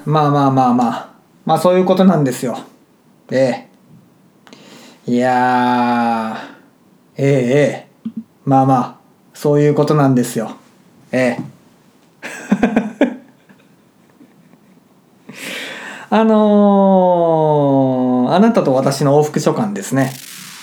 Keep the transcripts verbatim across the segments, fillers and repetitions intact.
まあまあまあまあまあそういうことなんですよ。ええいやーええええまあまあそういうことなんですよ。ええあのー、あなたと私の往復書簡ですね。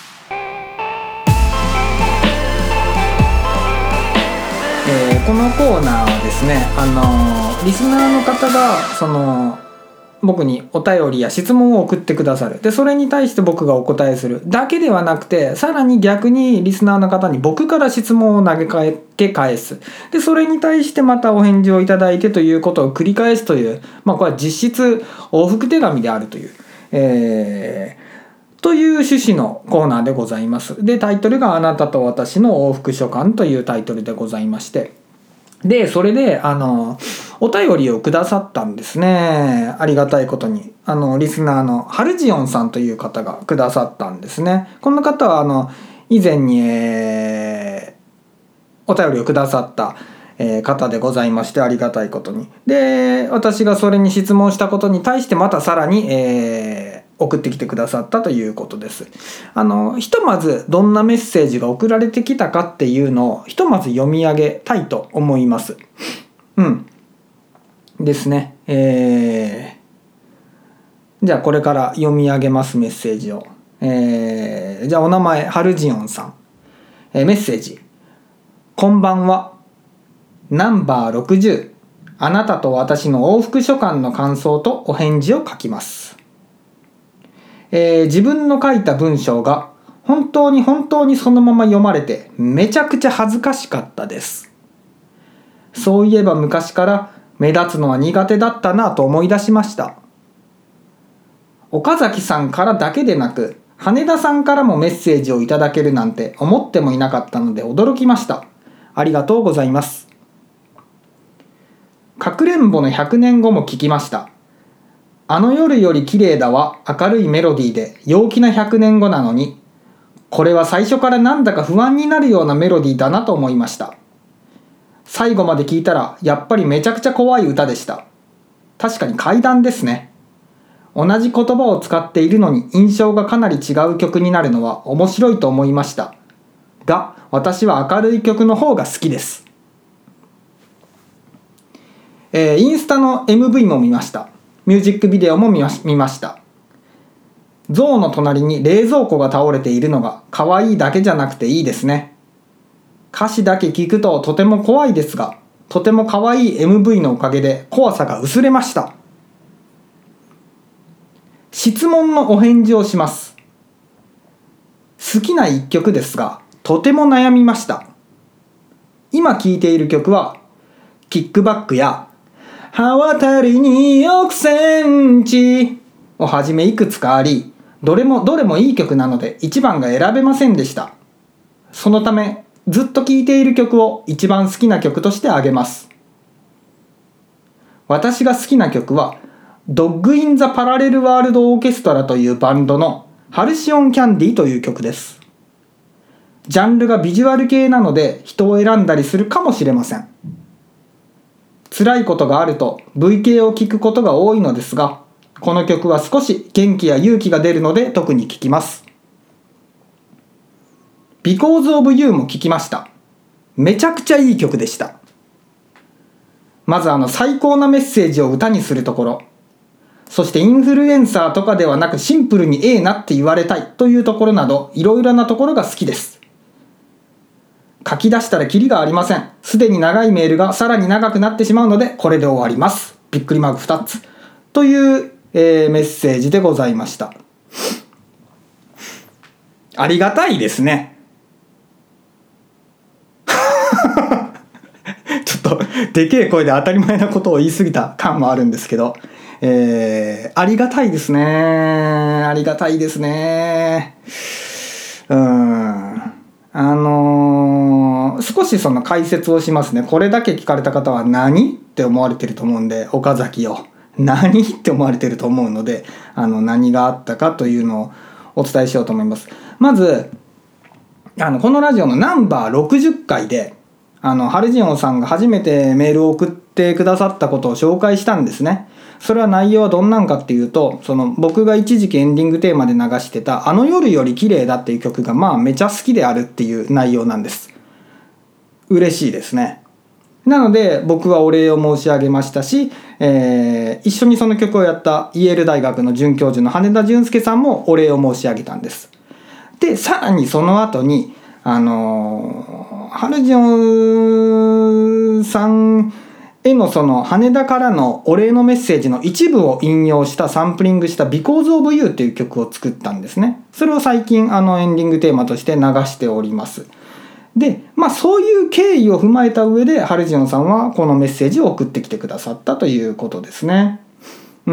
えーこのコーナーはですね、あのーリスナーの方がその僕にお便りや質問を送ってくださる。でそれに対して僕がお答えするだけではなくて、さらに逆にリスナーの方に僕から質問を投げかけ返す。でそれに対してまたお返事をいただいてということを繰り返すという、まあこれは実質往復手紙であるという、えーという趣旨のコーナーでございます。でタイトルがあなたと私の往復書簡というタイトルでございまして、でそれであのお便りをくださったんですね。ありがたいことにあのリスナーのハルジオンさんという方がくださったんですね。この方はあの以前に、えー、お便りをくださった、えー、方でございまして、ありがたいことに。で私がそれに質問したことに対してまたさらに、えー送ってきてくださったということです。あのひとまずどんなメッセージが送られてきたかっていうのをひとまず読み上げたいと思います。うんですね。えー、じゃあこれから読み上げますメッセージを。えー、じゃあお名前ハルジオンさん、えー、メッセージ。こんばんは。ナンバーろくじゅう、あなたと私の往復書簡の感想とお返事を書きます。えー、自分の書いた文章が本当に本当にそのまま読まれてめちゃくちゃ恥ずかしかったです。そういえば昔から目立つのは苦手だったなと思い出しました。岡崎さんからだけでなく羽田さんからもメッセージをいただけるなんて思ってもいなかったので驚きました。ありがとうございます。かくれんぼのひゃくねんごも聞きました。あの夜より綺麗だは明るいメロディーで陽気なひゃくねんごなのに、これは最初からなんだか不安になるようなメロディーだなと思いました。最後まで聞いたらやっぱりめちゃくちゃ怖い歌でした。確かに怪談ですね。同じ言葉を使っているのに印象がかなり違う曲になるのは面白いと思いました。が、私は明るい曲の方が好きです。えー、インスタの エムブイ も見ました。ミュージックビデオも見ました。象の隣に冷蔵庫が倒れているのが可愛いだけじゃなくていいですね。歌詞だけ聞くととても怖いですが、とても可愛い エムブイ のおかげで怖さが薄れました。質問のお返事をします。好きな一曲ですが、とても悩みました。今聴いている曲は、キックバックや刃渡りに億センチをはじめいくつかあり、どれもどれもいい曲なので一番が選べませんでした。そのためずっと聴いている曲を一番好きな曲として挙げます。私が好きな曲はドッグ・イン・ザ・パラレル・ワールド・オーケストラというバンドのハルシオン・キャンディという曲です。ジャンルがビジュアル系なので人を選んだりするかもしれません。辛いことがあると ブイケー を聞くことが多いのですが、この曲は少し元気や勇気が出るので特に聴きます。Because of You も聴きました。めちゃくちゃいい曲でした。まずあの最高なメッセージを歌にするところ、そしてインフルエンサーとかではなくシンプルにええなって言われたいというところなどいろいろなところが好きです。書き出したらキリがありません。すでに長いメールがさらに長くなってしまうのでこれで終わります。びっくりマークふたつという、えー、メッセージでございました。ありがたいですね。ちょっとでけえ声で当たり前なことを言い過ぎた感もあるんですけど、えー、ありがたいですね。ありがたいですね。うーんあのー、少しその解説をしますね。これだけ聞かれた方は何って思われてると思うんで、岡崎を何って思われてると思うので、あの何があったかというのをお伝えしようと思います。まずあのこのラジオのナンバーろくじゅっかいであのハルジオンさんが初めてメールを送っってくださったことを紹介したんですね。それは内容はどんなんかっていうと、その僕が一時期エンディングテーマで流してたあの夜より綺麗だっていう曲がまあめちゃ好きであるっていう内容なんです。嬉しいですね。なので僕はお礼を申し上げましたし、えー、一緒にその曲をやったイェール大学の准教授の羽田俊介さんもお礼を申し上げたんです。でさらにその後にあのー、ハルジョンさんへのその羽田からのお礼のメッセージの一部を引用したサンプリングした Because of You っていう曲を作ったんですね。それを最近あのエンディングテーマとして流しております。で、まあそういう経緯を踏まえた上でハルジオンさんはこのメッセージを送ってきてくださったということですね。うん。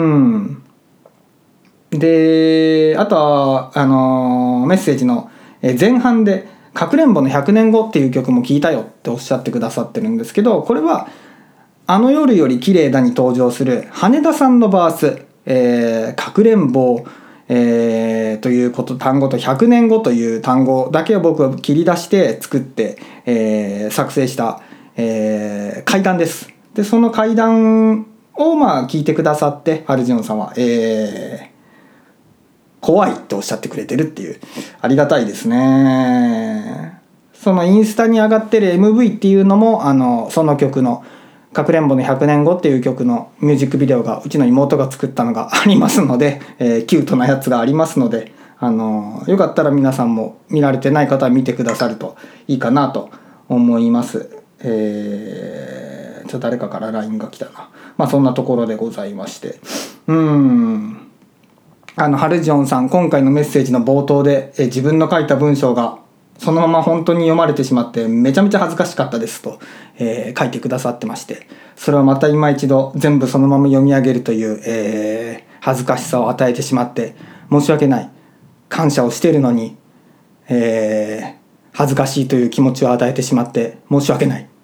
で、あとはあのメッセージの前半でかくれんぼのひゃくねんごっていう曲も聴いたよっておっしゃってくださってるんですけど、これはあの夜より綺麗だに登場する羽田さんのバース、えー、かくれんぼえー、ということ単語とひゃくねんごという単語だけを僕は切り出して作って、えー、作成した、えー、怪談です。でその怪談をまあ聞いてくださってハルジオンさんは、えー、怖いっておっしゃってくれてるっていうありがたいですね。そのインスタに上がってる エムブイ っていうのもあのその曲のかくれんぼのひゃくねんごっていう曲のミュージックビデオがうちの妹が作ったのがありますので、えー、キュートなやつがありますので、あのー、よかったら皆さんも見られてない方は見てくださるといいかなと思います。えー、ちょっと誰かから ライン が来たな。まあそんなところでございまして、うーんあのハルジオンさん今回のメッセージの冒頭で、えー、自分の書いた文章がそのまま本当に読まれてしまってめちゃめちゃ恥ずかしかったですと、えー、書いてくださってまして、それをまた今一度全部そのまま読み上げるという、えー、恥ずかしさを与えてしまって申し訳ない、感謝をしているのに、えー、恥ずかしいという気持ちを与えてしまって申し訳ない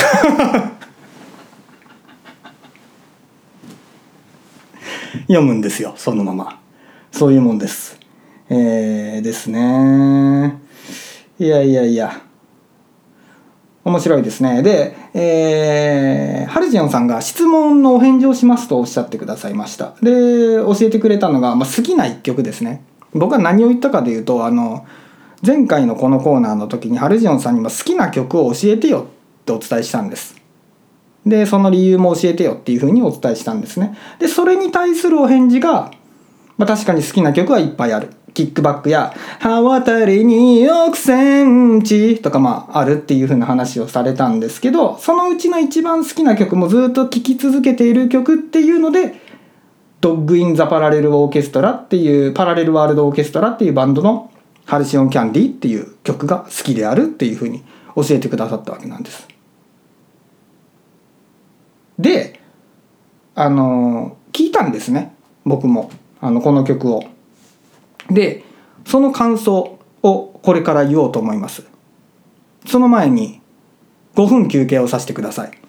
読むんですよそのまま。そういうもんです。えー、ですね。いやいやいや面白いですね。で、えー、ハルジオンさんが質問のお返事をしますとおっしゃってくださいました。で教えてくれたのが、まあ、好きな一曲ですね。僕は何を言ったかというと、あの前回のこのコーナーの時にハルジオンさんにも好きな曲を教えてよってお伝えしたんです。でその理由も教えてよっていうふうにお伝えしたんですね。でそれに対するお返事が、まあ、確かに好きな曲はいっぱいある。キックバックや刃渡りに億センチとかまああるっていう風な話をされたんですけど、そのうちの一番好きな曲もずっと聴き続けている曲っていうので、ドッグインザパラレルオーケストラっていうパラレルワールドオーケストラっていうバンドのハルシオンキャンディっていう曲が好きであるっていう風に教えてくださったわけなんです。であの聞いたんですね、僕もあのこの曲を。でその感想をこれから言おうと思います。その前にごふん休憩をさせてください。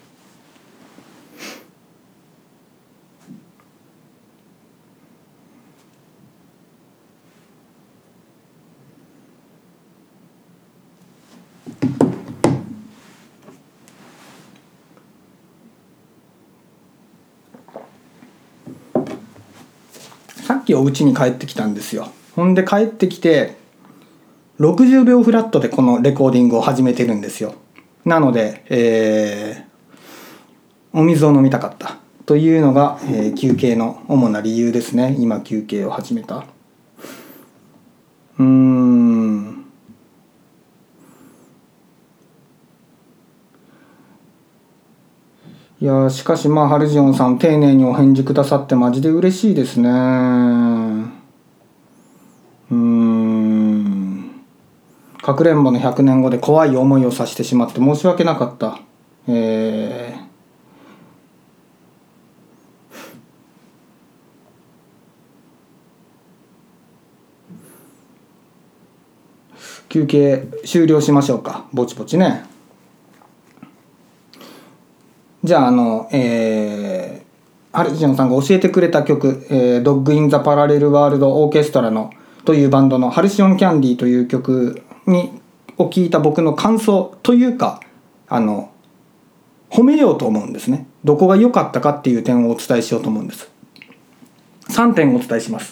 さっきお家に帰ってきたんですよ。ほんで帰ってきてろくじゅうびょうフラットでこのレコーディングを始めてるんですよ。なので、えー、お水を飲みたかったというのが、えー、休憩の主な理由ですね。今休憩を始めた。うーんいやしかしまあハルジオンさん丁寧にお返事くださってマジで嬉しいですね。うーんかくれんぼのひゃくねんごで怖い思いをさせてしまって申し訳なかった。えー休憩終了しましょうか。ぼちぼちね。じゃああのえー、ハルジオンさんが教えてくれた曲、えー、ドッグインザパラレルワールドオーケストラのというバンドのハルシオンキャンディという曲にを聞いた僕の感想というか、あの褒めようと思うんですね。 どこが良かったかっていう点をお伝えしようと思うんです。さんてんお伝えします。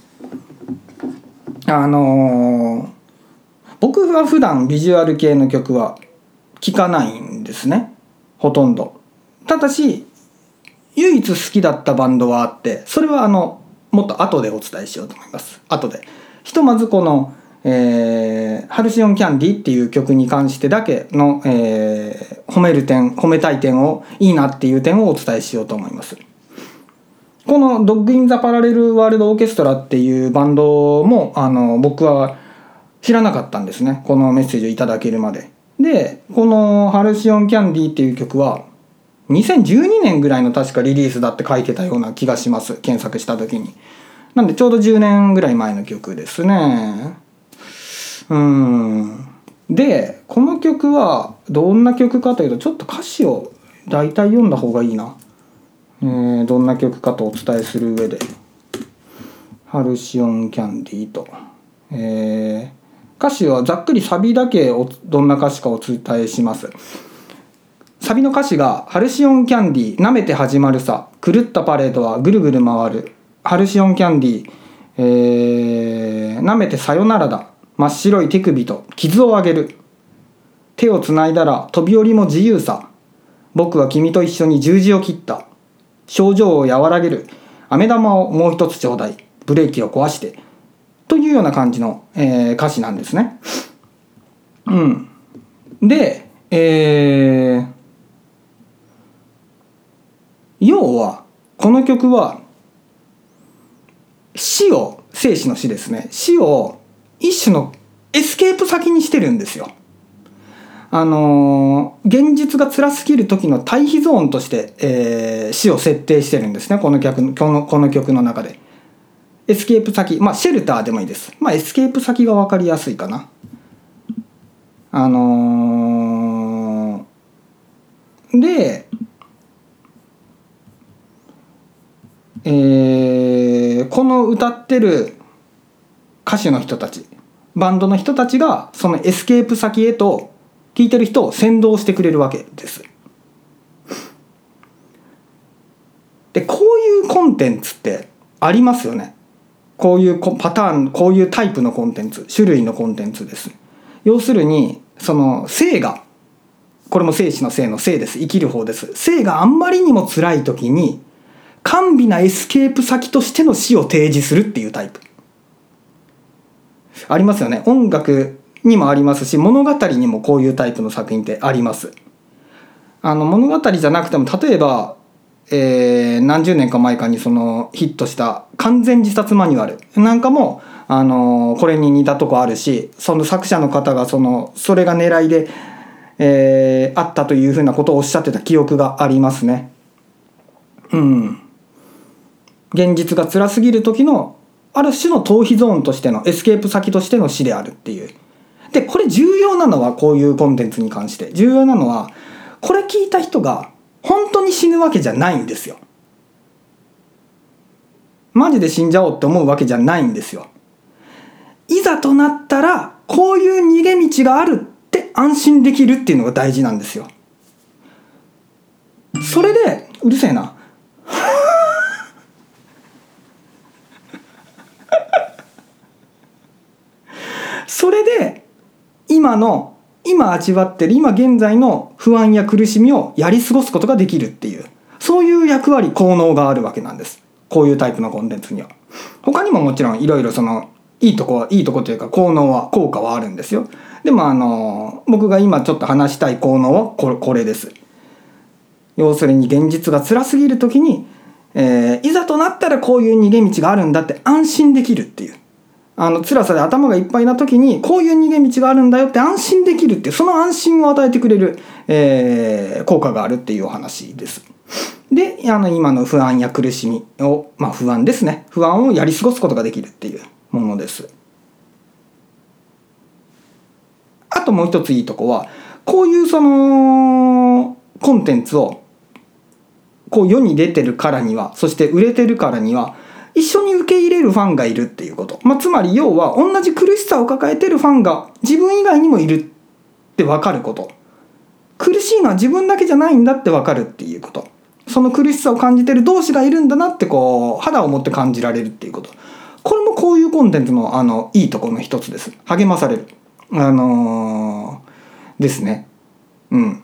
あのー、僕は普段ビジュアル系の曲は聴かないんですね、ほとんど。ただし唯一好きだったバンドはあって、それはあのもっと後でお伝えしようと思います。後でひとまずこの、えー、ハルシオンキャンディっていう曲に関してだけの、えー、褒める点褒めたい点をいいなっていう点をお伝えしようと思います。このドッグインザパラレルワールドオーケストラっていうバンドもあの僕は知らなかったんですね、このメッセージをいただけるまで。でこのハルシオンキャンディっていう曲はにせんじゅうにねんぐらいの確かリリースだって書いてたような気がします、検索した時に。なんでちょうどじゅうねんぐらい前の曲ですね。うーんでこの曲はどんな曲かというと、ちょっと歌詞を大体読んだ方がいいな。えー、どんな曲かとお伝えする上で、ハルシオンキャンディと、えー、歌詞はざっくりサビだけおどんな歌詞かお伝えします。サビの歌詞がハルシオンキャンディ舐めて始まるさ、狂ったパレードはぐるぐる回る、ハルシオンキャンディ、えー、舐めてさよならだ、真っ白い手首と傷をあげる、手をつないだら飛び降りも自由さ、僕は君と一緒に十字を切った、症状を和らげる、飴玉をもう一つちょうだい、ブレーキを壊して、というような感じの、えー、歌詞なんですね。うんで、えー、要はこの曲は死を、生死の死ですね、死を一種のエスケープ先にしてるんですよ。あのー、現実が辛すぎる時の対比ゾーンとして、えー、死を設定してるんですね、この曲、この、この曲の中で。エスケープ先、まあシェルターでもいいです。まあエスケープ先が分かりやすいかな。あのー、で、えー、この歌ってる歌手の人たち、バンドの人たちがそのエスケープ先へと聴いてる人を先導してくれるわけです。でこういうコンテンツってありますよね。こういうパターン、こういうタイプのコンテンツ、種類のコンテンツです。要するにその生が、これも生死の生の生です、生きる方です。生があんまりにも辛い時に甘美なエスケープ先としての死を提示するっていうタイプありますよね。音楽にもありますし、物語にもこういうタイプの作品ってあります。あの物語じゃなくても、例えば、えー、何十年か前かにそのヒットした完全自殺マニュアルなんかも、あのー、これに似たとこあるし、その作者の方がそのそれが狙いで、えー、あったというふうなことをおっしゃってた記憶がありますね。うん現実が辛すぎる時のある種の逃避ゾーンとしてのエスケープ先としての死であるっていう。でこれ重要なのは、こういうコンテンツに関して重要なのは、これ聞いた人が本当に死ぬわけじゃないんですよ。マジで死んじゃおうって思うわけじゃないんですよ。いざとなったらこういう逃げ道があるって安心できるっていうのが大事なんですよ。それでうるせえなそれで今の今味わってる今現在の不安や苦しみをやり過ごすことができるっていう、そういう役割効能があるわけなんです、こういうタイプのコンテンツには。他にももちろんいろいろそのいいとこはいいとこというか効能は効果はあるんですよ。でもあの僕が今ちょっと話したい効能はこれ、これです。要するに現実が辛すぎる時に、えー、いざとなったらこういう逃げ道があるんだって安心できるっていう、あの辛さで頭がいっぱいな時にこういう逃げ道があるんだよって安心できるっていう、その安心を与えてくれる、えー、効果があるっていうお話です。であの今の不安や苦しみを、まあ不安ですね、不安をやり過ごすことができるっていうものです。あともう一ついいとこは、こういうそのコンテンツをこう世に出てるからには、そして売れてるからには一緒に受け入れるファンがいるっていうこと、まあ、つまり要は同じ苦しさを抱えてるファンが自分以外にもいるって分かること、苦しいのは自分だけじゃないんだって分かるっていうこと、 その苦しさを感じてる同士がいるんだなってこう肌を持って感じられるっていうこと、これもこういうコンテンツのあのいいところの一つです。励まされるあのー、ですね。うん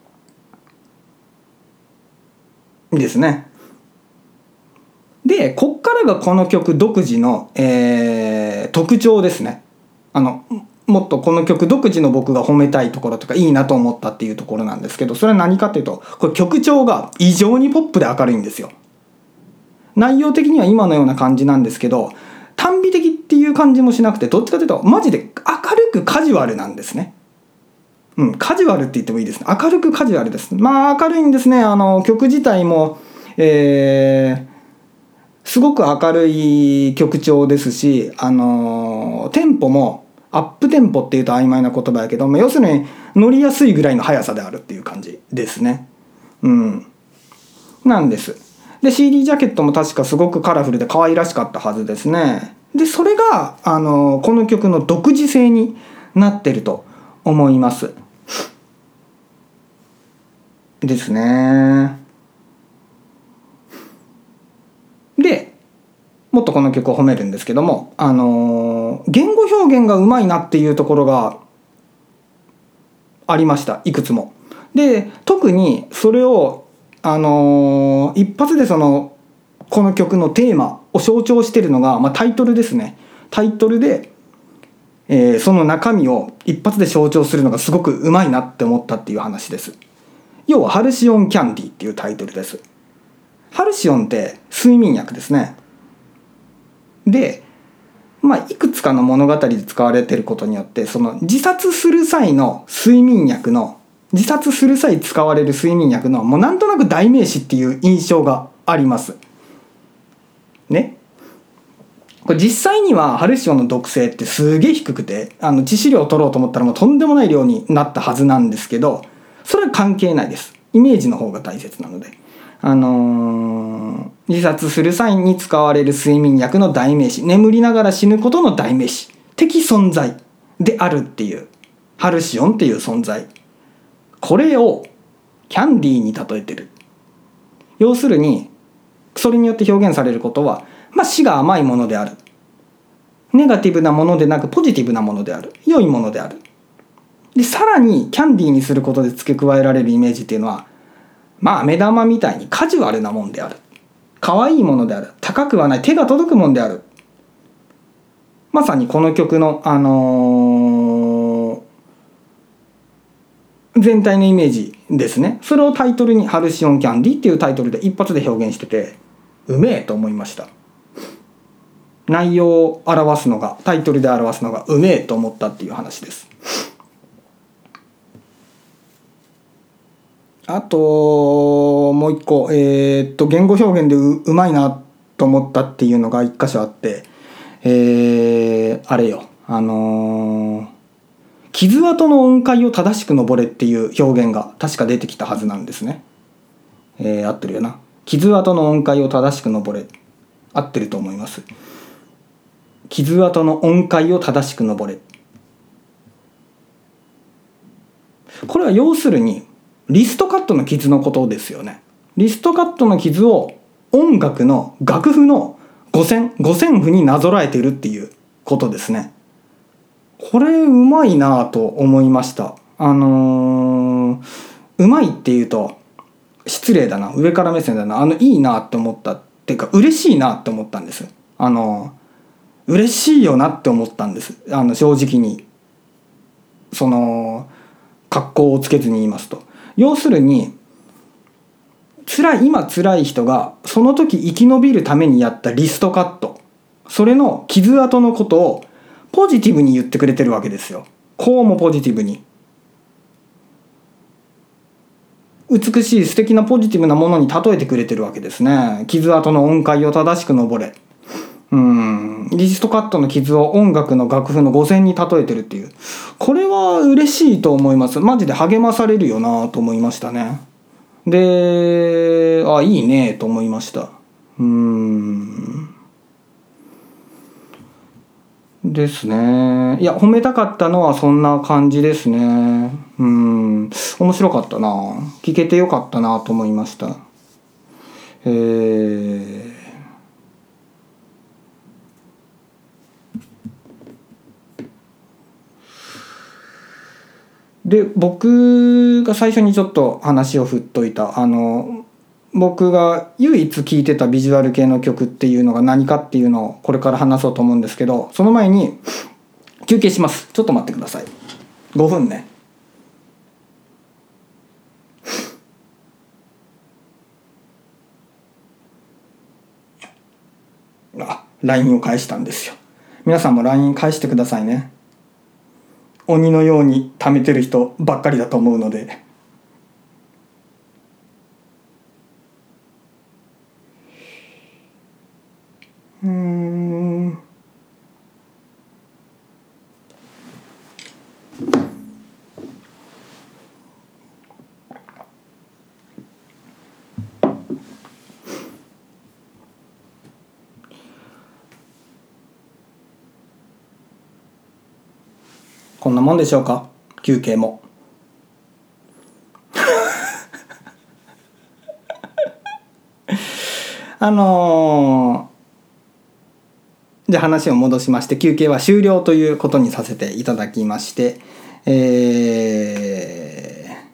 ですね。でこっからがこの曲独自の、えー、特徴ですね。あのもっとこの曲独自の僕が褒めたいところとかいいなと思ったっていうところなんですけど、それは何かっていうと、これ曲調が異常にポップで明るいんですよ。内容的には今のような感じなんですけど、短美的っていう感じもしなくて、どっちかというとマジで明るくカジュアルなんですね。うん、カジュアルって言ってもいいですね。明るくカジュアルです。まあ明るいんですね。あの曲自体も、えー、すごく明るい曲調ですし、あのテンポもアップテンポっていうと曖昧な言葉やけど、要するに乗りやすいぐらいの速さであるっていう感じですね。うん。なんです。で シーディー ジャケットも確かすごくカラフルで可愛らしかったはずですね。でそれがあのこの曲の独自性になってると思いますですね。でもっとこの曲を褒めるんですけども、あのー、言語表現がうまいなっていうところがありました。いくつも。で特にそれを、あのー、一発でそのこの曲のテーマを象徴しているのが、まあ、タイトルですね。タイトルで、えー、その中身を一発で象徴するのがすごくうまいなって思ったっていう話です。要はハルシオンキャンディっていうタイトルです。ハルシオンって睡眠薬ですね。で、まあ、いくつかの物語で使われていることによって、その自殺する際の睡眠薬の自殺する際使われる睡眠薬のもうなんとなく代名詞っていう印象がありますね。これ実際にはハルシオンの毒性ってすげえ低くて、あの致死量を取ろうと思ったらもうとんでもない量になったはずなんですけど、それは関係ないです。イメージの方が大切なので、あのー、自殺する際に使われる睡眠薬の代名詞、眠りながら死ぬことの代名詞的存在であるっていうハルシオンっていう存在、これをキャンディーに例えてる。要するにそれによって表現されることは、まあ、死が甘いものである、ネガティブなものでなくポジティブなものである、良いものである。でさらにキャンディーにすることで付け加えられるイメージっていうのは、まあ目玉みたいにカジュアルなもんである、可愛いものである、高くはない手が届くもんである。まさにこの曲の、あのー、全体のイメージですね。それをタイトルにハルシオンキャンディっていうタイトルで一発で表現してて、うめえと思いました。内容を表すのが、タイトルで表すのがうめえと思ったっていう話です。あともう一個、えー、っと言語表現で う, うまいなと思ったっていうのが一箇所あって、えー、あれよ、あのー、傷跡の音階を正しく登れっていう表現が確か出てきたはずなんですね。えー、合ってるよな。傷跡の音階を正しく登れ、合ってると思います。傷跡の音階を正しく登れ、これは要するにリストカットの傷のことですよね。リストカットの傷を音楽の楽譜の五線五線譜になぞらえているっていうことですね。これうまいなと思いました。あのー、うまいっていうと失礼だな、上から目線だな、あのいいなって思ったっていうか嬉しいなって思ったんです。あのー、嬉しいよなって思ったんです。あの正直にその格好をつけずに言いますと、要するに辛い今辛い人がその時生き延びるためにやったリストカット、それの傷跡のことをポジティブに言ってくれてるわけですよ。こうもポジティブに、美しい素敵なポジティブなものに例えてくれてるわけですね。傷跡の音階を正しく登れ、うーんリストカットの傷を音楽の楽譜の五線に例えてるっていう、これは嬉しいと思います。マジで励まされるよなと思いましたね。で、あ、いいねと思いました。うーんですね。いや褒めたかったのはそんな感じですね。うん面白かったな、聞けてよかったなと思いました。 ーで僕が最初にちょっと話を振っといたあの僕が唯一聴いてたビジュアル系の曲っていうのが何かっていうのをこれから話そうと思うんですけど、その前に休憩します。ちょっと待ってください。ごふんね。あ、ライン を返したんですよ。皆さんも ライン 返してくださいね。鬼のように貯めてる人ばっかりだと思うので。うーんこんなもんでしょうか。休憩もあのー、じゃあ話を戻しまして、休憩は終了ということにさせていただきまして、えー、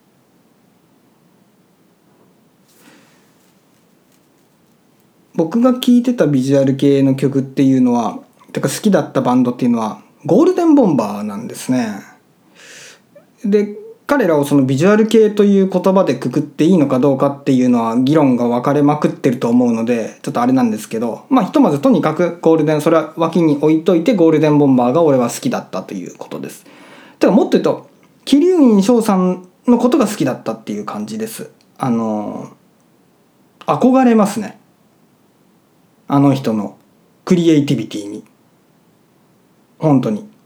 僕が聴いてたビジュアル系の曲っていうのは、てか好きだったバンドっていうのはゴールデンボンバーなんですね。で彼らをそのビジュアル系という言葉でくくっていいのかどうかっていうのは議論が分かれまくってると思うのでちょっとあれなんですけど、まあひとまずとにかくゴールデン、それは脇に置いといてゴールデンボンバーが俺は好きだったということです。てかもっと言うと桐生翔さんのことが好きだったっていう感じです。あの憧れますね、あの人のクリエイティビティに。本当に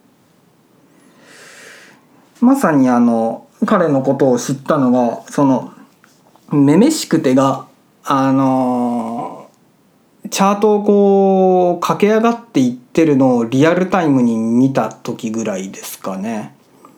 まさにあの彼のことを知ったのがそのめめしくてがあのチャートをこう駆け上がっていってるのをリアルタイムに見た時ぐらいですかね。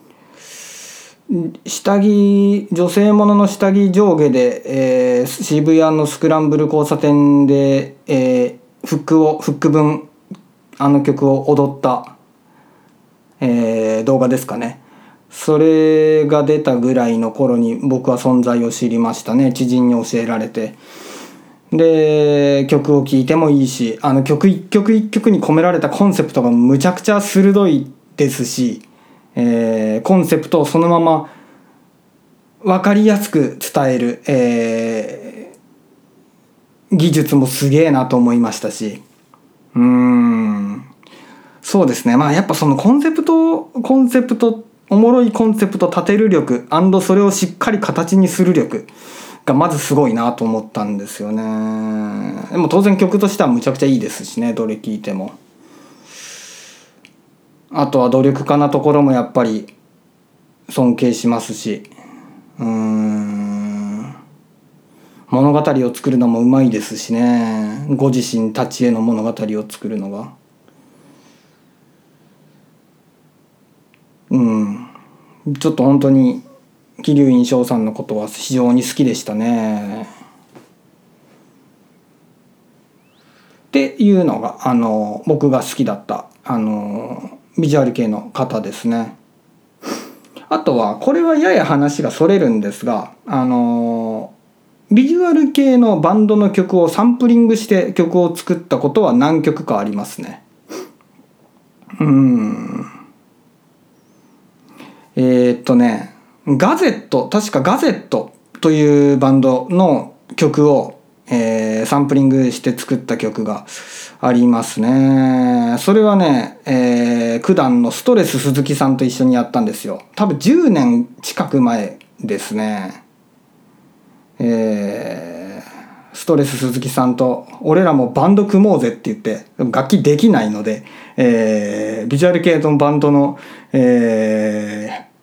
下着女性ものの下着上下で、えー、渋谷のスクランブル交差点で、えー、フックをフック分あの曲を踊った、えー、動画ですかね。それが出たぐらいの頃に僕は存在を知りましたね。知人に教えられて。で曲を聴いてもいいし、あの曲一曲一曲に込められたコンセプトがむちゃくちゃ鋭いですし、えー、コンセプトをそのまま分かりやすく伝える、えー、技術もすげえなと思いましたし、うーんそうですね。まあやっぱそのコンセプトコンセプトおもろいコンセプト立てる力&それをしっかり形にする力がまずすごいなと思ったんですよね。でも当然曲としてはむちゃくちゃいいですしね、どれ聴いても。あとは努力家なところもやっぱり尊敬しますし、うーん物語を作るのもうまいですしね、ご自身たちへの物語を作るのが。うんちょっと本当に桐生翔さんのことは非常に好きでしたね。っていうのがあの僕が好きだったあのビジュアル系の方ですね。あとはこれはやや話がそれるんですが、あのビジュアル系のバンドの曲をサンプリングして曲を作ったことは何曲かありますね。うーんえー、っとねガゼット確かガゼットというバンドの曲を、えー、サンプリングして作った曲がありますね。それはね、えー、九段のストレス鈴木さんと一緒にやったんですよ。多分じゅうねん近く前ですね。えー、ストレス鈴木さんと俺らもバンド組もうぜって言って、楽器できないので、えー、ビジュアル系のバンドの、えー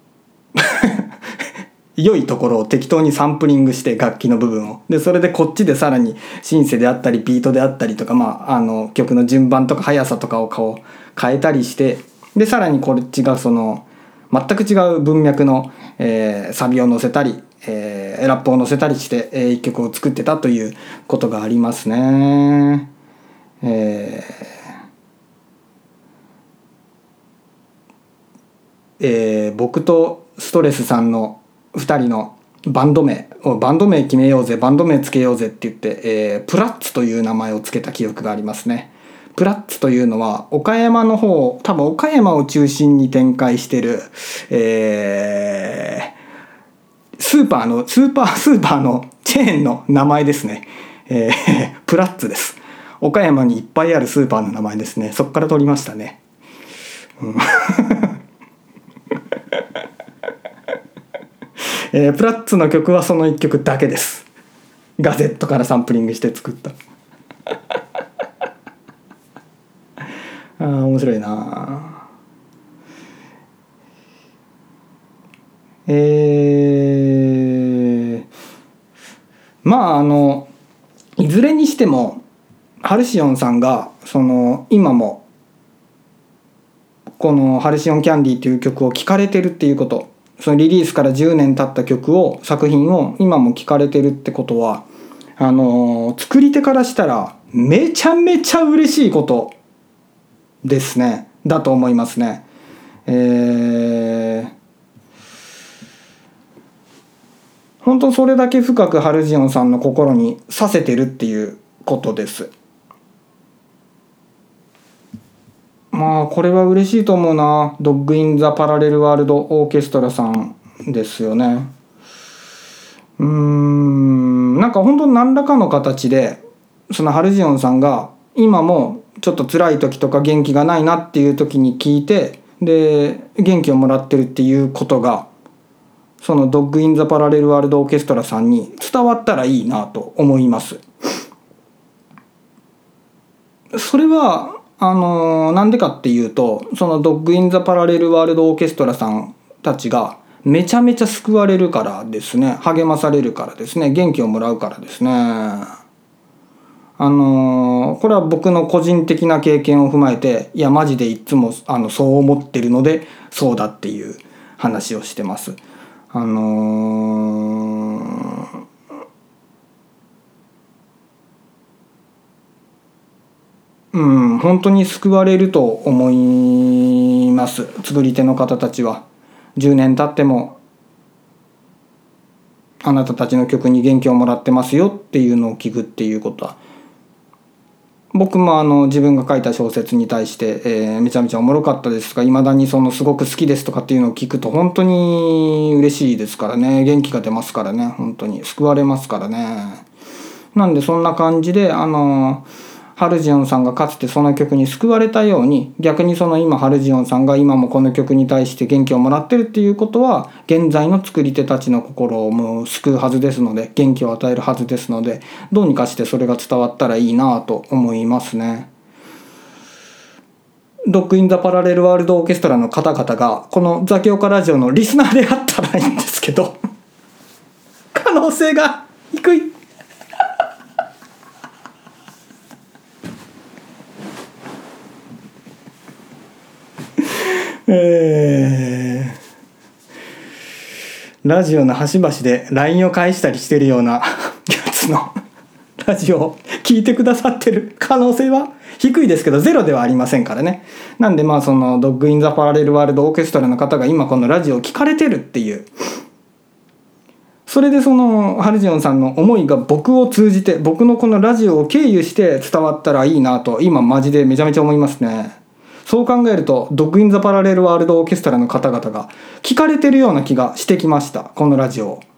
良いところを適当にサンプリングして楽器の部分をでそれでこっちでさらにシンセであったりビートであったりとか、まあ、あの曲の順番とか速さとかをこう変えたりしてでさらにこっちがその全く違う文脈の、えー、サビを乗せたりえー、ラップを乗せたりして、えー、一曲を作ってたということがありますね。えーえー、僕とストレスさんのふたりのバンド名バンド名決めようぜバンド名つけようぜって言って、えー、プラッツという名前をつけた記憶がありますね。プラッツというのは岡山の方、多分岡山を中心に展開してる、えー、スーパーのスーパースーパーのチェーンの名前ですね。えー、プラッツです。岡山にいっぱいあるスーパーの名前ですね。そこから取りましたね。うんえー、プラッツの曲はそのいっきょくだけです。ガゼットからサンプリングして作ったあー面白いな。えー、まああのいずれにしてもハルシオンさんがその今もこのハルシオンキャンディーという曲を聴かれてるっていうこと、そのリリースからじゅうねん経った曲を作品を今も聴かれてるってことはあのー、作り手からしたらめちゃめちゃ嬉しいことですね。だと思いますね。えー、本当それだけ深くハルジオンさんの心に刺せてるっていうことです。まあこれは嬉しいと思うな。ドッグインザパラレルワールドオーケストラさんですよね。うーんなんか本当何らかの形でそのハルジオンさんが今もちょっと辛い時とか元気がないなっていう時に聞いてで元気をもらってるっていうことがそのドッグインザパラレルワールドオーケストラさんに伝わったらいいなと思います。それはあのなんでかっていうとそのドッグインザパラレルワールドオーケストラさんたちがめちゃめちゃ救われるからですね。励まされるからですね。元気をもらうからですね。あのこれは僕の個人的な経験を踏まえていやマジでいつもあのそう思ってるのでそうだっていう話をしてます。あのーうん、本当に救われると思います。作り手の方たちはじゅうねん経ってもあなたたちの曲に元気をもらってますよっていうのを聞くっていうことは僕もあの自分が書いた小説に対して、えー、めちゃめちゃおもろかったですとかいまだにそのすごく好きですとかっていうのを聞くと本当に嬉しいですからね。元気が出ますからね。本当に救われますからね。なんでそんな感じであのハルジオンさんがかつてその曲に救われたように逆にその今ハルジオンさんが今もこの曲に対して元気をもらってるっていうことは現在の作り手たちの心をもう救うはずですので元気を与えるはずですのでどうにかしてそれが伝わったらいいなと思いますね。ドッグインザパラレルワールドオーケストラの方々がこのザキオカラジオのリスナーであったらいいんですけど可能性が低いえー、ラジオの端々で ライン を返したりしてるようなやつのラジオを聞いてくださってる可能性は低いですけどゼロではありませんからね。なんでまあそのドッグインザパラレルワールドオーケストラの方が今このラジオを聞かれてるっていうそれでそのハルジオンさんの思いが僕を通じて僕のこのラジオを経由して伝わったらいいなと今マジでめちゃめちゃ思いますね。そう考えるとドッグインザパラレルワールドオーケストラの方々が聞かれてるような気がしてきました。このラジオ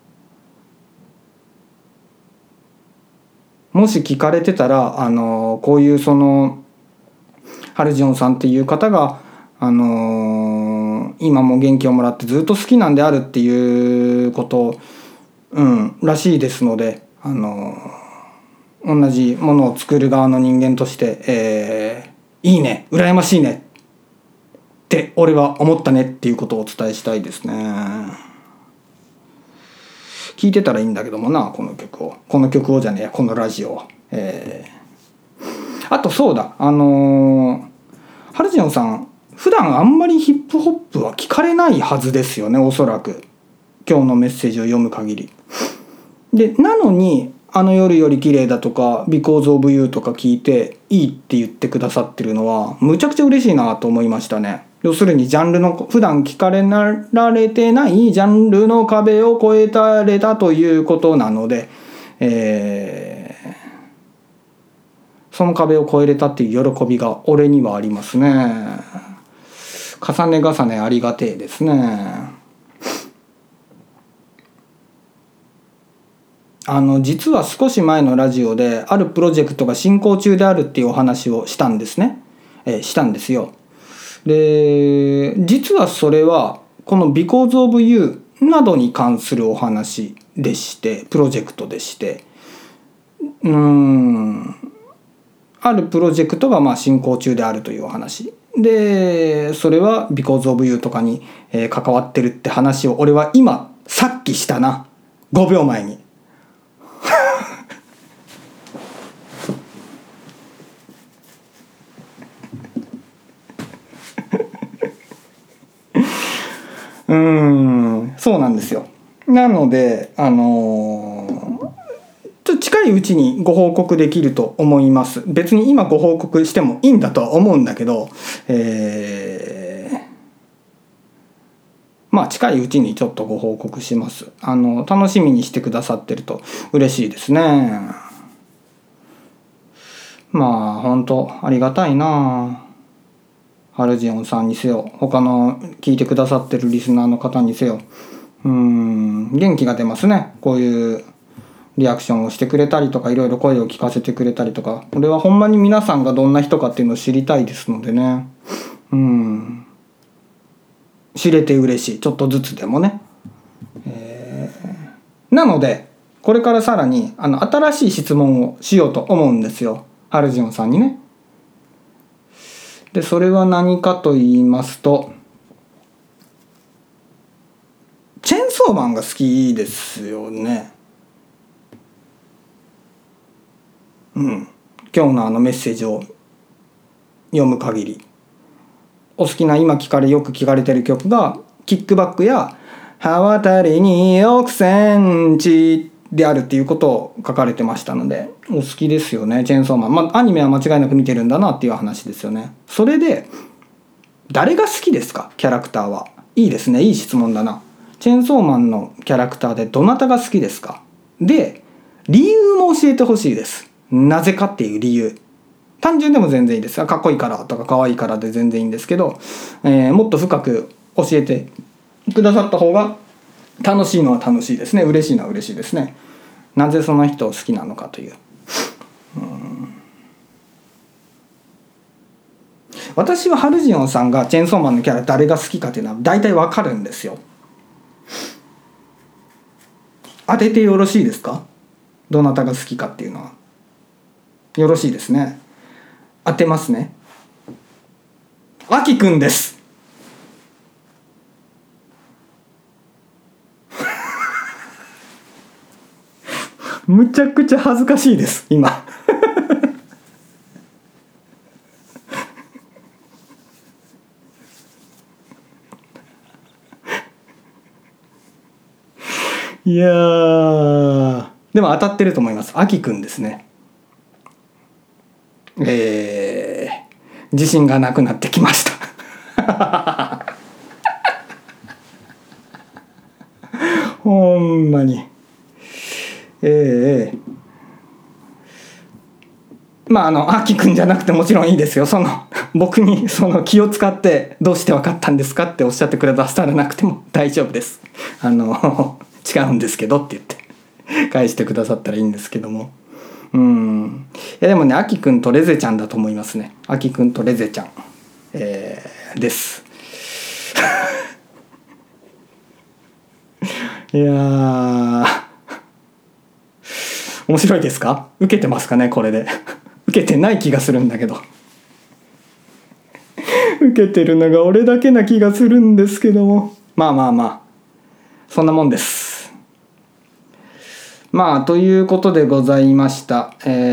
もし聞かれてたらあのこういうそのハルジオンさんっていう方があの今も元気をもらってずっと好きなんであるっていうことうんらしいですのであの同じものを作る側の人間として、えーいいね羨ましいねって俺は思ったねっていうことをお伝えしたいですね。聞いてたらいいんだけどもなこの曲をこの曲をじゃねえやこのラジオを、えー、あとそうだあのー、ハルジオンさん普段あんまりヒップホップは聞かれないはずですよね。おそらく今日のメッセージを読む限りで、なのにあの夜より綺麗だとか Because of You とか聞いていいって言ってくださってるのはむちゃくちゃ嬉しいなと思いましたね。要するにジャンルの普段聞かれられてないジャンルの壁を越えたれたということなので、えー、その壁を越えれたっていう喜びが俺にはありますね。重ね重ねありがてえですね。あの実は少し前のラジオであるプロジェクトが進行中であるっていうお話をしたんですね、えー、したんですよ。で実はそれはこの Because of You などに関するお話でして、プロジェクトでして、うーんあるプロジェクトがまあ進行中であるというお話で、それは Because of You とかに関わってるって話を俺は今さっきしたな、ごびょうまえにうーんそうなんですよ。なのであのー、ちょっと近いうちにご報告できると思います。別に今ご報告してもいいんだとは思うんだけど、えー、まあ近いうちにちょっとご報告します。あの楽しみにしてくださってると嬉しいですね。まあ本当ありがたいな。ハルジオンさんにせよ他の聞いてくださってるリスナーの方にせよ、うーん元気が出ますね。こういうリアクションをしてくれたりとかいろいろ声を聞かせてくれたりとか、俺はほんまに皆さんがどんな人かっていうのを知りたいですのでね、うん知れて嬉しい、ちょっとずつでもね、えー、なのでこれからさらにあの新しい質問をしようと思うんですよ、ハルジオンさんにね。でそれは何かと言いますと、チェーンソーマンが好きですよね。うん今日のあのメッセージを読む限り、お好きな今聞かれよく聞かれてる曲がキックバックや刃渡りにおくセンチであるっていうことを書かれてましたので、お好きですよねチェーンソーマン。まあアニメは間違いなく見てるんだなっていう話ですよね。それで誰が好きですか、キャラクターは。いいですね、いい質問だな。チェーンソーマンのキャラクターでどなたが好きですか。で理由も教えてほしいです。なぜかっていう理由、単純でも全然いいです。かっこいいからとかかわいいからで全然いいんですけど、えー、もっと深く教えてくださった方が楽しいのは楽しいですね、嬉しいのは嬉しいですね。なぜその人を好きなのかという、うん、私はハルジオンさんがチェーンソーマンのキャラ誰が好きかっていうのは大体わかるんですよ。当ててよろしいですか、どなたが好きかっていうのは。よろしいですね、当てますね。アキくんです。むちゃくちゃ恥ずかしいです今いやーでも当たってると思います。アキくんですね。えー、自信がなくなってきましたほんまに。ええー、まああのアキくんじゃなくてもちろんいいですよ。その僕にその気を使ってどうして分かったんですかっておっしゃってくれたらなくても大丈夫です。あの違うんですけどって言って返してくださったらいいんですけども、うんいやでもね、アキくんとレゼちゃんだと思いますね。アキくんとレゼちゃん、えー、ですいやー面白いですか、受けてますかねこれで受けてない気がするんだけど受けてるのが俺だけな気がするんですけども、まあまあまあそんなもんです。まあということでございました。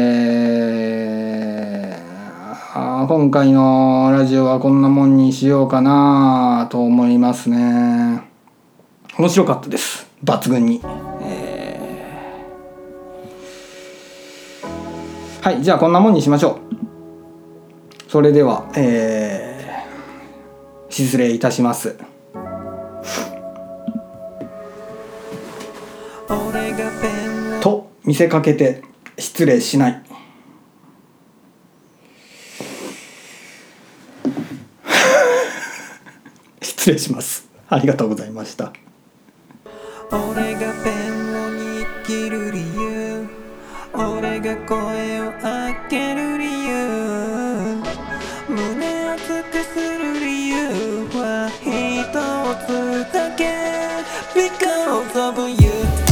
えー、今回のラジオはこんなもんにしようかなと思いますね。面白かったです。 抜群に、えー、はいじゃあこんなもんにしましょう。それでは、えー、失礼いたします。と見せかけて失礼しない失礼します。ありがとうございました。俺がペンを握る理由、俺が声を上げる理由、胸熱くする理由は一つだけ Because of you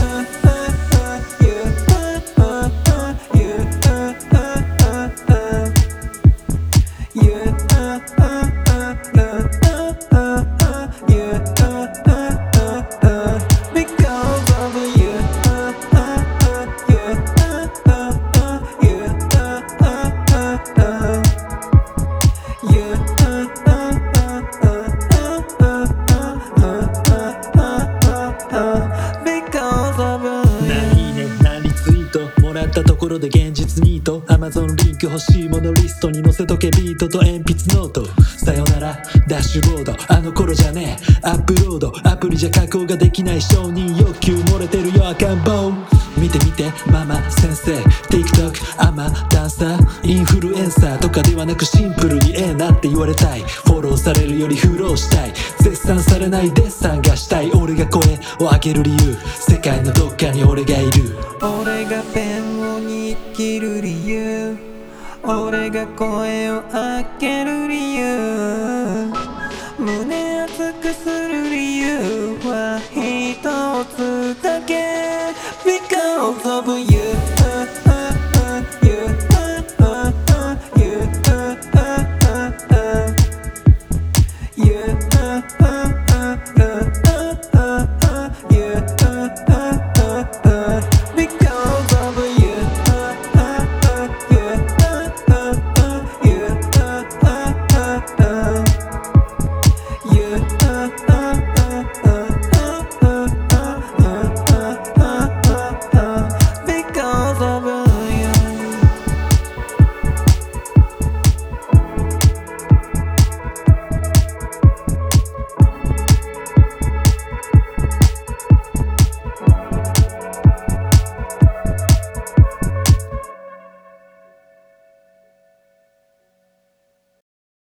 で現実ニート Amazon リンク欲しいものリストに載せとけビートと鉛筆ノートさよならダッシュボードあの頃じゃねえアップロードアプリじゃ加工ができない承認欲求漏れてるよ赤ん坊見て見てママ先生 TikTok アマダンサーインフルエンサーとかではなくシンプルにええなって言われたいフォローされるよりフローしたい絶賛されないデッサンがしたい俺が声を上げる理由世界のどっかに俺がいる俺がペンを握る理由俺が声を上げる理由胸熱くする理由は一つだけ Because